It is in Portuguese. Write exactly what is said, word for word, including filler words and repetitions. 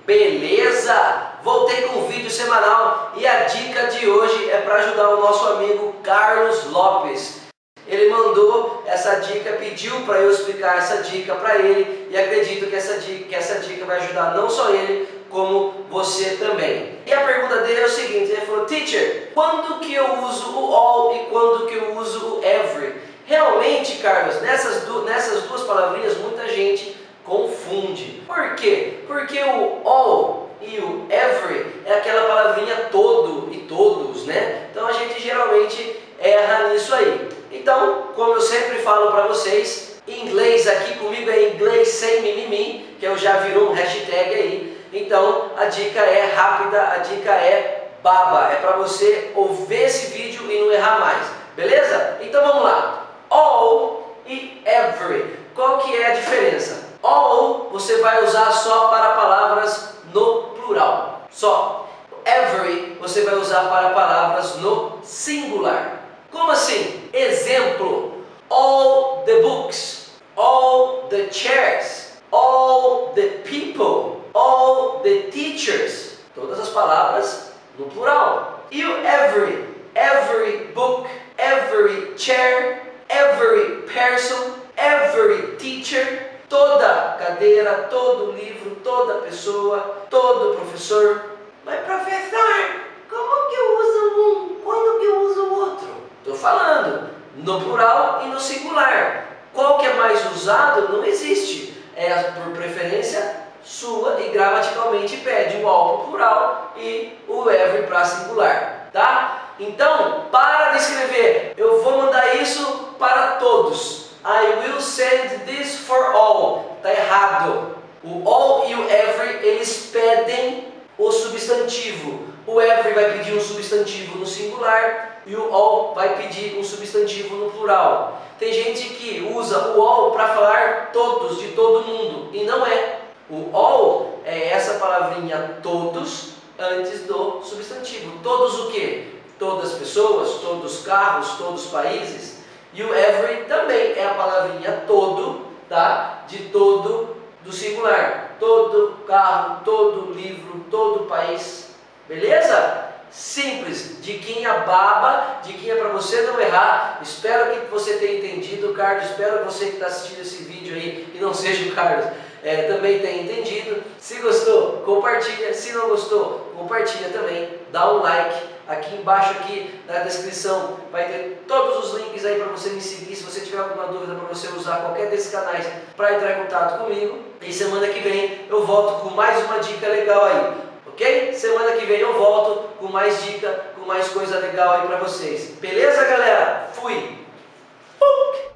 Beleza? Voltei com um vídeo semanal e a dica de hoje é para ajudar o nosso amigo Carlos Lopes. Ele mandou essa dica, pediu para eu explicar essa dica para ele e acredito que essa, dica, que essa dica vai ajudar não só ele, como você também. E a pergunta dele é o seguinte, ele falou: Teacher, quando que eu uso o all e quando que eu uso o every? Realmente, Carlos, nessas, du nessas duas palavrinhas muita gente confunde. Por quê? Porque o all e o every é aquela palavrinha todo e todos, né? Então a gente geralmente erra nisso aí. Então, como eu sempre falo para vocês, em inglês aqui comigo é inglês sem mimimi, que eu já virou um hashtag aí. Então a dica é rápida, a dica é baba, é para você ouvir esse vídeo e não errar mais, beleza? Então vamos lá, all e every, qual que é a diferença? All você vai usar só para palavras no plural, só. Every você vai usar para palavras no singular. Como assim? Exemplo, all the books, all the chairs, all the people, all the teachers, todas as palavras no plural. E o every, every book, every chair, every person, every teacher, toda cadeira, todo livro, toda pessoa, todo professor. Mas professor, como que eu uso um? Quando que eu uso o outro? Estou falando no plural e no singular. Qual que é mais usado? Não existe. É por preferência sua e gramaticalmente pede o all para plural e o every para singular, tá? Então, para de escrever, eu vou mandar isso para todos. I will send this for all. Tá errado. O all e o every, eles pedem o substantivo. O every vai pedir um substantivo no singular e o all vai pedir um substantivo no plural. Tem gente que usa o all para falar todos, de todo mundo, e não é. O all é essa palavrinha todos antes do substantivo. Todos o quê? Todas as pessoas, todos os carros, todos os países. E o every também é a palavrinha todo, tá? De todo do singular. Todo carro, todo livro, todo país. Beleza? Simples, diquinha baba, diquinha para você não errar. Espero que você tenha entendido, Carlos. Espero que você que está assistindo esse vídeo aí, que não seja o Carlos, é, também tenha entendido. Se gostou, compartilha. Se não gostou, compartilha também. Dá um like. Aqui embaixo, aqui na descrição, vai ter todos os links aí para você me seguir. Se você tiver alguma dúvida, para você usar qualquer desses canais para entrar em contato comigo. E semana que vem eu volto com mais uma dica legal aí. Ok? Semana que vem eu volto com mais dica, com mais coisa legal aí pra vocês. Beleza, galera? Fui! Uh!